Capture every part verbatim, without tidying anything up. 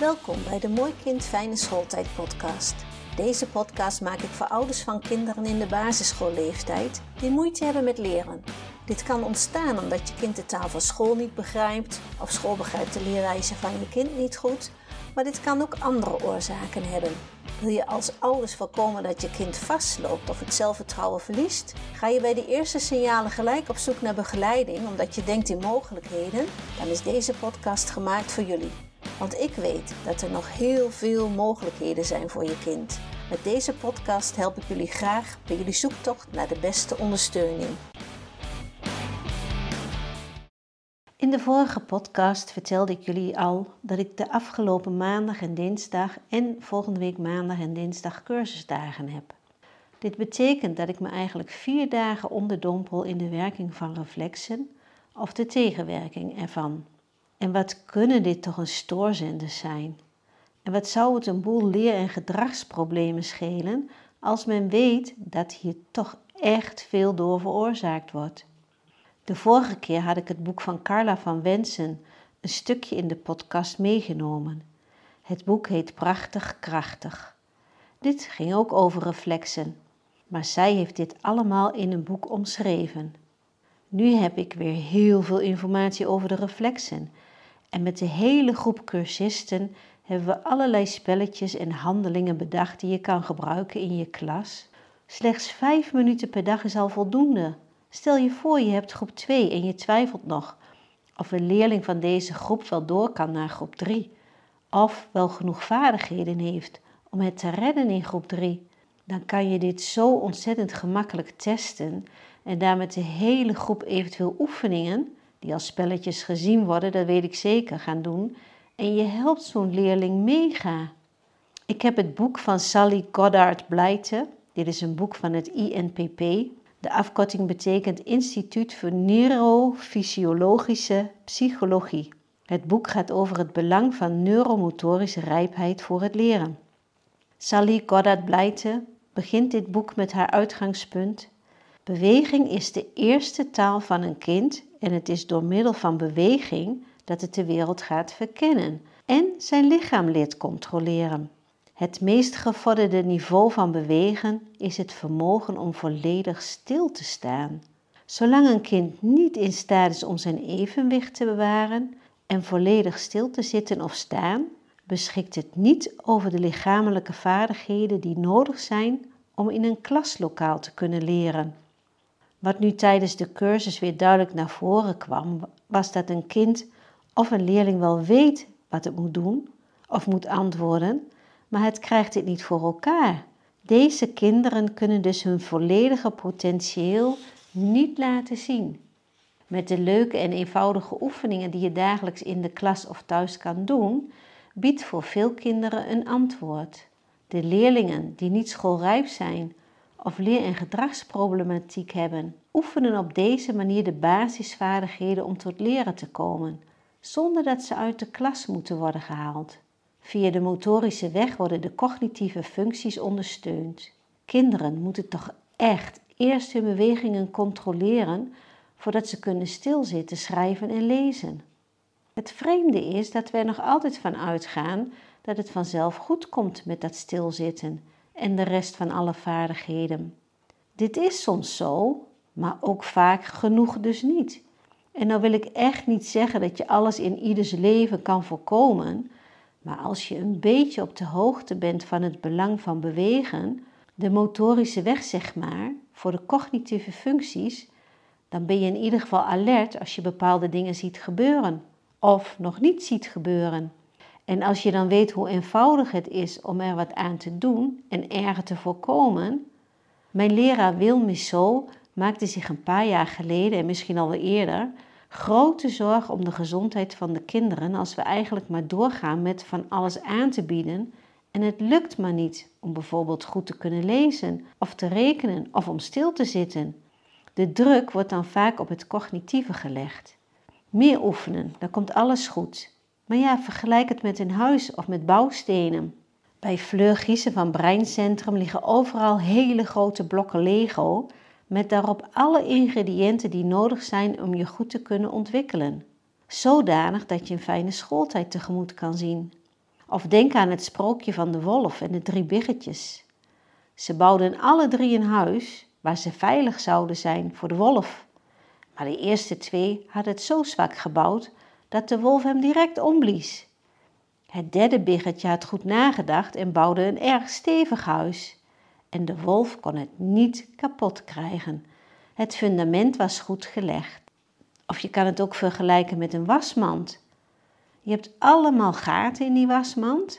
Welkom bij de Mooi Kind Fijne Schooltijd podcast. Deze podcast maak ik voor ouders van kinderen in de basisschoolleeftijd die moeite hebben met leren. Dit kan ontstaan omdat je kind de taal van school niet begrijpt of school begrijpt de leerwijze van je kind niet goed, maar dit kan ook andere oorzaken hebben. Wil je als ouders voorkomen dat je kind vastloopt of het zelfvertrouwen verliest? Ga je bij de eerste signalen gelijk op zoek naar begeleiding omdat je denkt in mogelijkheden? Dan is deze podcast gemaakt voor jullie. Want ik weet dat er nog heel veel mogelijkheden zijn voor je kind. Met deze podcast help ik jullie graag bij jullie zoektocht naar de beste ondersteuning. In de vorige podcast vertelde ik jullie al dat ik de afgelopen maandag en dinsdag en volgende week maandag en dinsdag cursusdagen heb. Dit betekent dat ik me eigenlijk vier dagen onderdompel in de werking van reflexen of de tegenwerking ervan. En wat kunnen dit toch een stoorzenders zijn? En wat zou het een boel leer- en gedragsproblemen schelen als men weet dat hier toch echt veel door veroorzaakt wordt? De vorige keer had ik het boek van Carla van Wensen een stukje in de podcast meegenomen. Het boek heet Prachtig Krachtig. Dit ging ook over reflexen, maar zij heeft dit allemaal in een boek omschreven. Nu heb ik weer heel veel informatie over de reflexen. En met de hele groep cursisten hebben we allerlei spelletjes en handelingen bedacht die je kan gebruiken in je klas. Slechts vijf minuten per dag is al voldoende. Stel je voor je hebt groep twee en je twijfelt nog of een leerling van deze groep wel door kan naar groep drie. Of wel genoeg vaardigheden heeft om het te redden in groep drie. Dan kan je dit zo ontzettend gemakkelijk testen en daar met de hele groep eventueel oefeningen, die als spelletjes gezien worden, dat weet ik zeker, gaan doen. En je helpt zo'n leerling mega. Ik heb het boek van Sally Goddard-Blijte. Dit is een boek van het I N P P. De afkorting betekent Instituut voor Neurofysiologische Psychologie. Het boek gaat over het belang van neuromotorische rijpheid voor het leren. Sally Goddard-Blijte begint dit boek met haar uitgangspunt. Beweging is de eerste taal van een kind en het is door middel van beweging dat het de wereld gaat verkennen en zijn lichaam leert controleren. Het meest gevorderde niveau van bewegen is het vermogen om volledig stil te staan. Zolang een kind niet in staat is om zijn evenwicht te bewaren en volledig stil te zitten of staan, beschikt het niet over de lichamelijke vaardigheden die nodig zijn om in een klaslokaal te kunnen leren. Wat nu tijdens de cursus weer duidelijk naar voren kwam, was dat een kind of een leerling wel weet wat het moet doen of moet antwoorden, maar het krijgt het niet voor elkaar. Deze kinderen kunnen dus hun volledige potentieel niet laten zien. Met de leuke en eenvoudige oefeningen die je dagelijks in de klas of thuis kan doen, biedt voor veel kinderen een antwoord. De leerlingen die niet schoolrijp zijn of leer- en gedragsproblematiek hebben, oefenen op deze manier de basisvaardigheden om tot leren te komen, zonder dat ze uit de klas moeten worden gehaald. Via de motorische weg worden de cognitieve functies ondersteund. Kinderen moeten toch echt eerst hun bewegingen controleren voordat ze kunnen stilzitten, schrijven en lezen. Het vreemde is dat we er nog altijd van uitgaan dat het vanzelf goed komt met dat stilzitten en de rest van alle vaardigheden. Dit is soms zo, maar ook vaak genoeg dus niet. En nou wil ik echt niet zeggen dat je alles in ieders leven kan voorkomen, maar als je een beetje op de hoogte bent van het belang van bewegen, de motorische weg zeg maar, voor de cognitieve functies, dan ben je in ieder geval alert als je bepaalde dingen ziet gebeuren of nog niet ziet gebeuren. En als je dan weet hoe eenvoudig het is om er wat aan te doen en erger te voorkomen. Mijn leraar Wil Missot maakte zich een paar jaar geleden, en misschien al wel eerder, grote zorg om de gezondheid van de kinderen als we eigenlijk maar doorgaan met van alles aan te bieden en het lukt maar niet om bijvoorbeeld goed te kunnen lezen of te rekenen of om stil te zitten. De druk wordt dan vaak op het cognitieve gelegd. Meer oefenen, dan komt alles goed. Maar ja, vergelijk het met een huis of met bouwstenen. Bij Fleur Giesen van Breincentrum liggen overal hele grote blokken Lego met daarop alle ingrediënten die nodig zijn om je goed te kunnen ontwikkelen. Zodanig dat je een fijne schooltijd tegemoet kan zien. Of denk aan het sprookje van de wolf en de drie biggetjes. Ze bouwden alle drie een huis waar ze veilig zouden zijn voor de wolf. Maar de eerste twee hadden het zo zwak gebouwd dat de wolf hem direct omblies. Het derde biggetje had goed nagedacht en bouwde een erg stevig huis. En de wolf kon het niet kapot krijgen. Het fundament was goed gelegd. Of je kan het ook vergelijken met een wasmand. Je hebt allemaal gaten in die wasmand.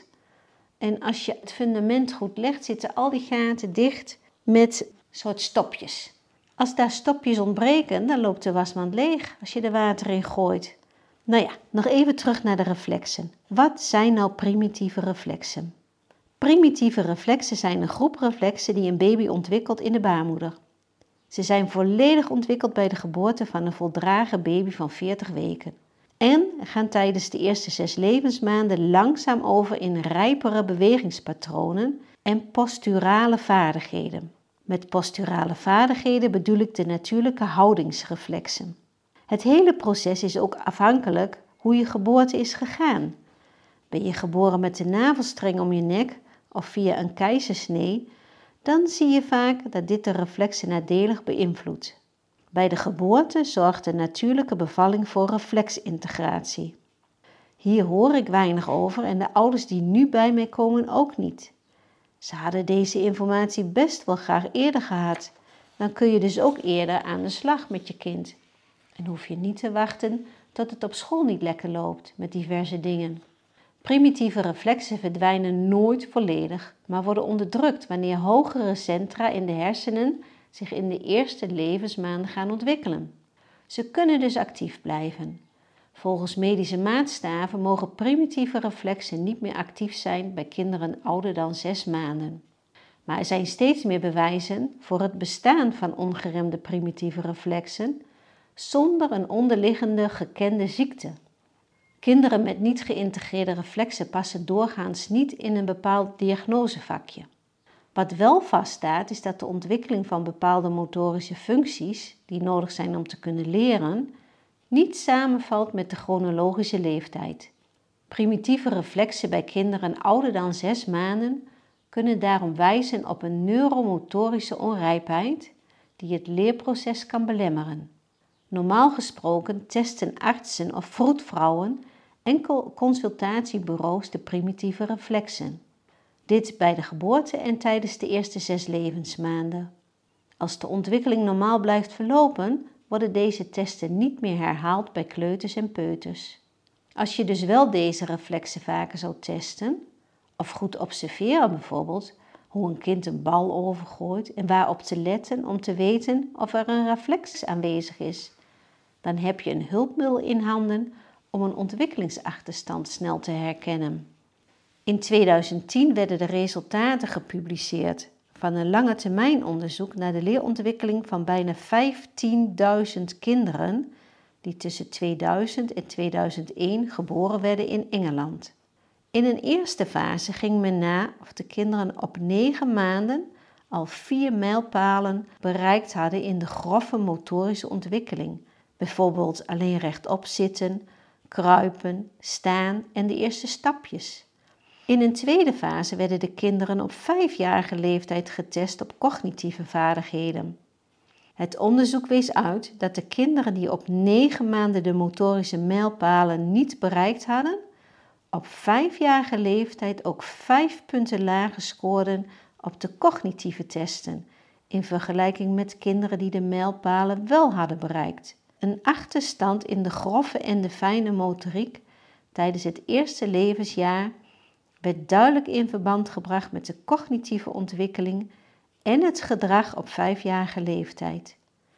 En als je het fundament goed legt, zitten al die gaten dicht met soort stopjes. Als daar stopjes ontbreken, dan loopt de wasmand leeg als je er water in gooit. Nou ja, nog even terug naar de reflexen. Wat zijn nou primitieve reflexen? Primitieve reflexen zijn een groep reflexen die een baby ontwikkelt in de baarmoeder. Ze zijn volledig ontwikkeld bij de geboorte van een voldragen baby van veertig weken. En gaan tijdens de eerste zes levensmaanden langzaam over in rijpere bewegingspatronen en posturale vaardigheden. Met posturale vaardigheden bedoel ik de natuurlijke houdingsreflexen. Het hele proces is ook afhankelijk hoe je geboorte is gegaan. Ben je geboren met de navelstreng om je nek of via een keizersnee, dan zie je vaak dat dit de reflexen nadelig beïnvloedt. Bij de geboorte zorgt de natuurlijke bevalling voor reflexintegratie. Hier hoor ik weinig over en de ouders die nu bij mij komen ook niet. Ze hadden deze informatie best wel graag eerder gehad. Dan kun je dus ook eerder aan de slag met je kind. En hoef je niet te wachten tot het op school niet lekker loopt met diverse dingen. Primitieve reflexen verdwijnen nooit volledig, maar worden onderdrukt wanneer hogere centra in de hersenen zich in de eerste levensmaanden gaan ontwikkelen. Ze kunnen dus actief blijven. Volgens medische maatstaven mogen primitieve reflexen niet meer actief zijn bij kinderen ouder dan zes maanden. Maar er zijn steeds meer bewijzen voor het bestaan van ongeremde primitieve reflexen zonder een onderliggende gekende ziekte. Kinderen met niet geïntegreerde reflexen passen doorgaans niet in een bepaald diagnosevakje. Wat wel vaststaat is dat de ontwikkeling van bepaalde motorische functies, die nodig zijn om te kunnen leren, niet samenvalt met de chronologische leeftijd. Primitieve reflexen bij kinderen ouder dan zes maanden kunnen daarom wijzen op een neuromotorische onrijpheid die het leerproces kan belemmeren. Normaal gesproken testen artsen of vroedvrouwen enkel consultatiebureaus de primitieve reflexen. Dit bij de geboorte en tijdens de eerste zes levensmaanden. Als de ontwikkeling normaal blijft verlopen, worden deze testen niet meer herhaald bij kleuters en peuters. Als je dus wel deze reflexen vaker zou testen, of goed observeren bijvoorbeeld, hoe een kind een bal overgooit en waarop te letten om te weten of er een reflex aanwezig is, dan heb je een hulpmiddel in handen om een ontwikkelingsachterstand snel te herkennen. In tweeduizend tien werden de resultaten gepubliceerd van een lange termijn onderzoek naar de leerontwikkeling van bijna vijftienduizend kinderen die tussen tweeduizend en tweeduizend één geboren werden in Engeland. In een eerste fase ging men na of de kinderen op negen maanden al vier mijlpalen bereikt hadden in de grove motorische ontwikkeling. Bijvoorbeeld alleen rechtop zitten, kruipen, staan en de eerste stapjes. In een tweede fase werden de kinderen op vijfjarige leeftijd getest op cognitieve vaardigheden. Het onderzoek wees uit dat de kinderen die op negen maanden de motorische mijlpalen niet bereikt hadden, op vijfjarige leeftijd ook vijf punten lager scoorden op de cognitieve testen, in vergelijking met kinderen die de mijlpalen wel hadden bereikt. Een achterstand in de grove en de fijne motoriek tijdens het eerste levensjaar werd duidelijk in verband gebracht met de cognitieve ontwikkeling en het gedrag op vijfjarige leeftijd.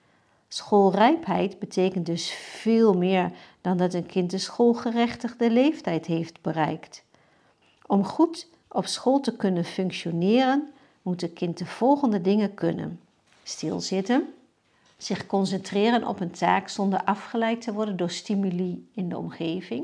Schoolrijpheid betekent dus veel meer dan dat een kind de schoolgerechtigde leeftijd heeft bereikt. Om goed op school te kunnen functioneren, moet een kind de volgende dingen kunnen: stilzitten, zich concentreren op een taak zonder afgeleid te worden door stimuli in de omgeving,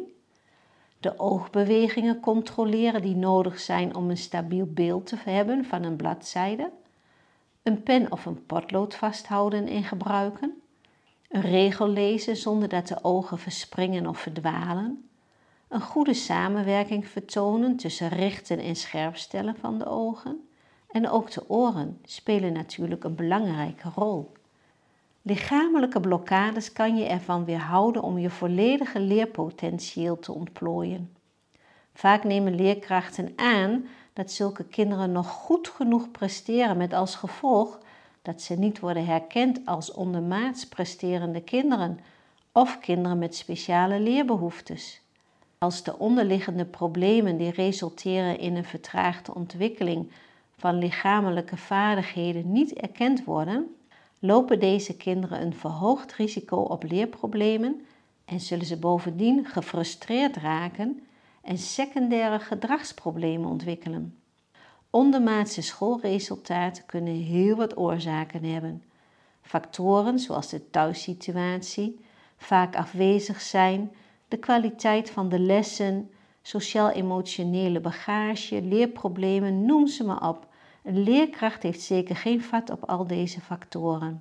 de oogbewegingen controleren die nodig zijn om een stabiel beeld te hebben van een bladzijde, een pen of een potlood vasthouden en gebruiken, een regel lezen zonder dat de ogen verspringen of verdwalen, een goede samenwerking vertonen tussen richten en scherpstellen van de ogen. En ook de oren spelen natuurlijk een belangrijke rol. Lichamelijke blokkades kan je ervan weerhouden om je volledige leerpotentieel te ontplooien. Vaak nemen leerkrachten aan dat zulke kinderen nog goed genoeg presteren, met als gevolg dat ze niet worden herkend als ondermaats presterende kinderen of kinderen met speciale leerbehoeftes. Als de onderliggende problemen die resulteren in een vertraagde ontwikkeling van lichamelijke vaardigheden niet erkend worden, lopen deze kinderen een verhoogd risico op leerproblemen en zullen ze bovendien gefrustreerd raken en secundaire gedragsproblemen ontwikkelen. Ondermaatse schoolresultaten kunnen heel wat oorzaken hebben. Factoren zoals de thuissituatie, vaak afwezig zijn, de kwaliteit van de lessen, sociaal-emotionele bagage, leerproblemen, noem ze maar op. Een leerkracht heeft zeker geen vat op al deze factoren.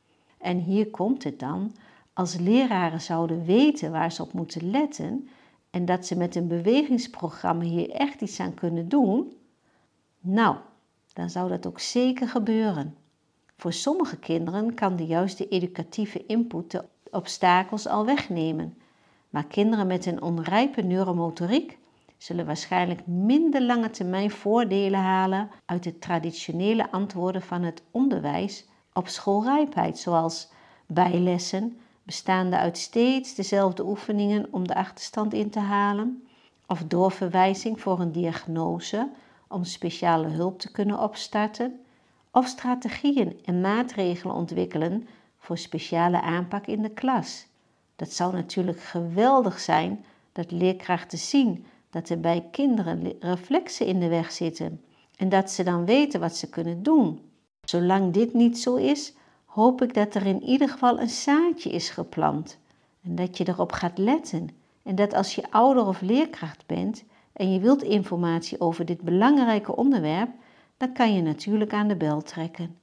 En hier komt het dan, als leraren zouden weten waar ze op moeten letten en dat ze met een bewegingsprogramma hier echt iets aan kunnen doen, nou, dan zou dat ook zeker gebeuren. Voor sommige kinderen kan de juiste educatieve input de obstakels al wegnemen. Maar kinderen met een onrijpe neuromotoriek zullen waarschijnlijk minder lange termijn voordelen halen uit de traditionele antwoorden van het onderwijs op schoolrijpheid, zoals bijlessen, bestaande uit steeds dezelfde oefeningen om de achterstand in te halen, of doorverwijzing voor een diagnose om speciale hulp te kunnen opstarten, of strategieën en maatregelen ontwikkelen voor speciale aanpak in de klas. Dat zou natuurlijk geweldig zijn dat leerkrachten zien dat er bij kinderen reflexen in de weg zitten en dat ze dan weten wat ze kunnen doen. Zolang dit niet zo is, hoop ik dat er in ieder geval een zaadje is geplant en dat je erop gaat letten en dat als je ouder of leerkracht bent en je wilt informatie over dit belangrijke onderwerp, dan kan je natuurlijk aan de bel trekken.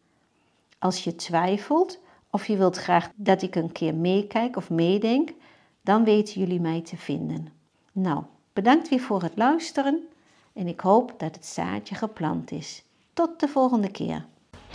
Als je twijfelt of je wilt graag dat ik een keer meekijk of meedenk, dan weten jullie mij te vinden. Nou, bedankt weer voor het luisteren en ik hoop dat het zaadje geplant is. Tot de volgende keer.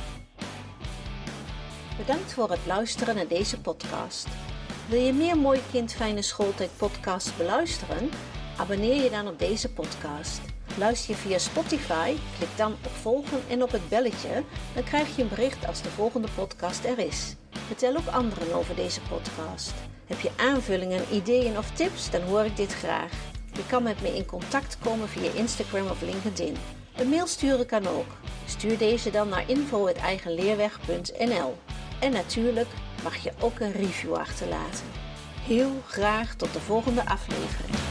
Bedankt voor het luisteren naar deze podcast. Wil je meer Mooi Kind Fijne Schooltijd podcast beluisteren? Abonneer je dan op deze podcast. Luister je via Spotify, klik dan op volgen en op het belletje, dan krijg je een bericht als de volgende podcast er is. Vertel ook anderen over deze podcast. Heb je aanvullingen, ideeën of tips, dan hoor ik dit graag. Je kan met me in contact komen via Instagram of LinkedIn. Een mail sturen kan ook. Stuur deze dan naar info at eigenleerweg punt n l. En natuurlijk mag je ook een review achterlaten. Heel graag tot de volgende aflevering.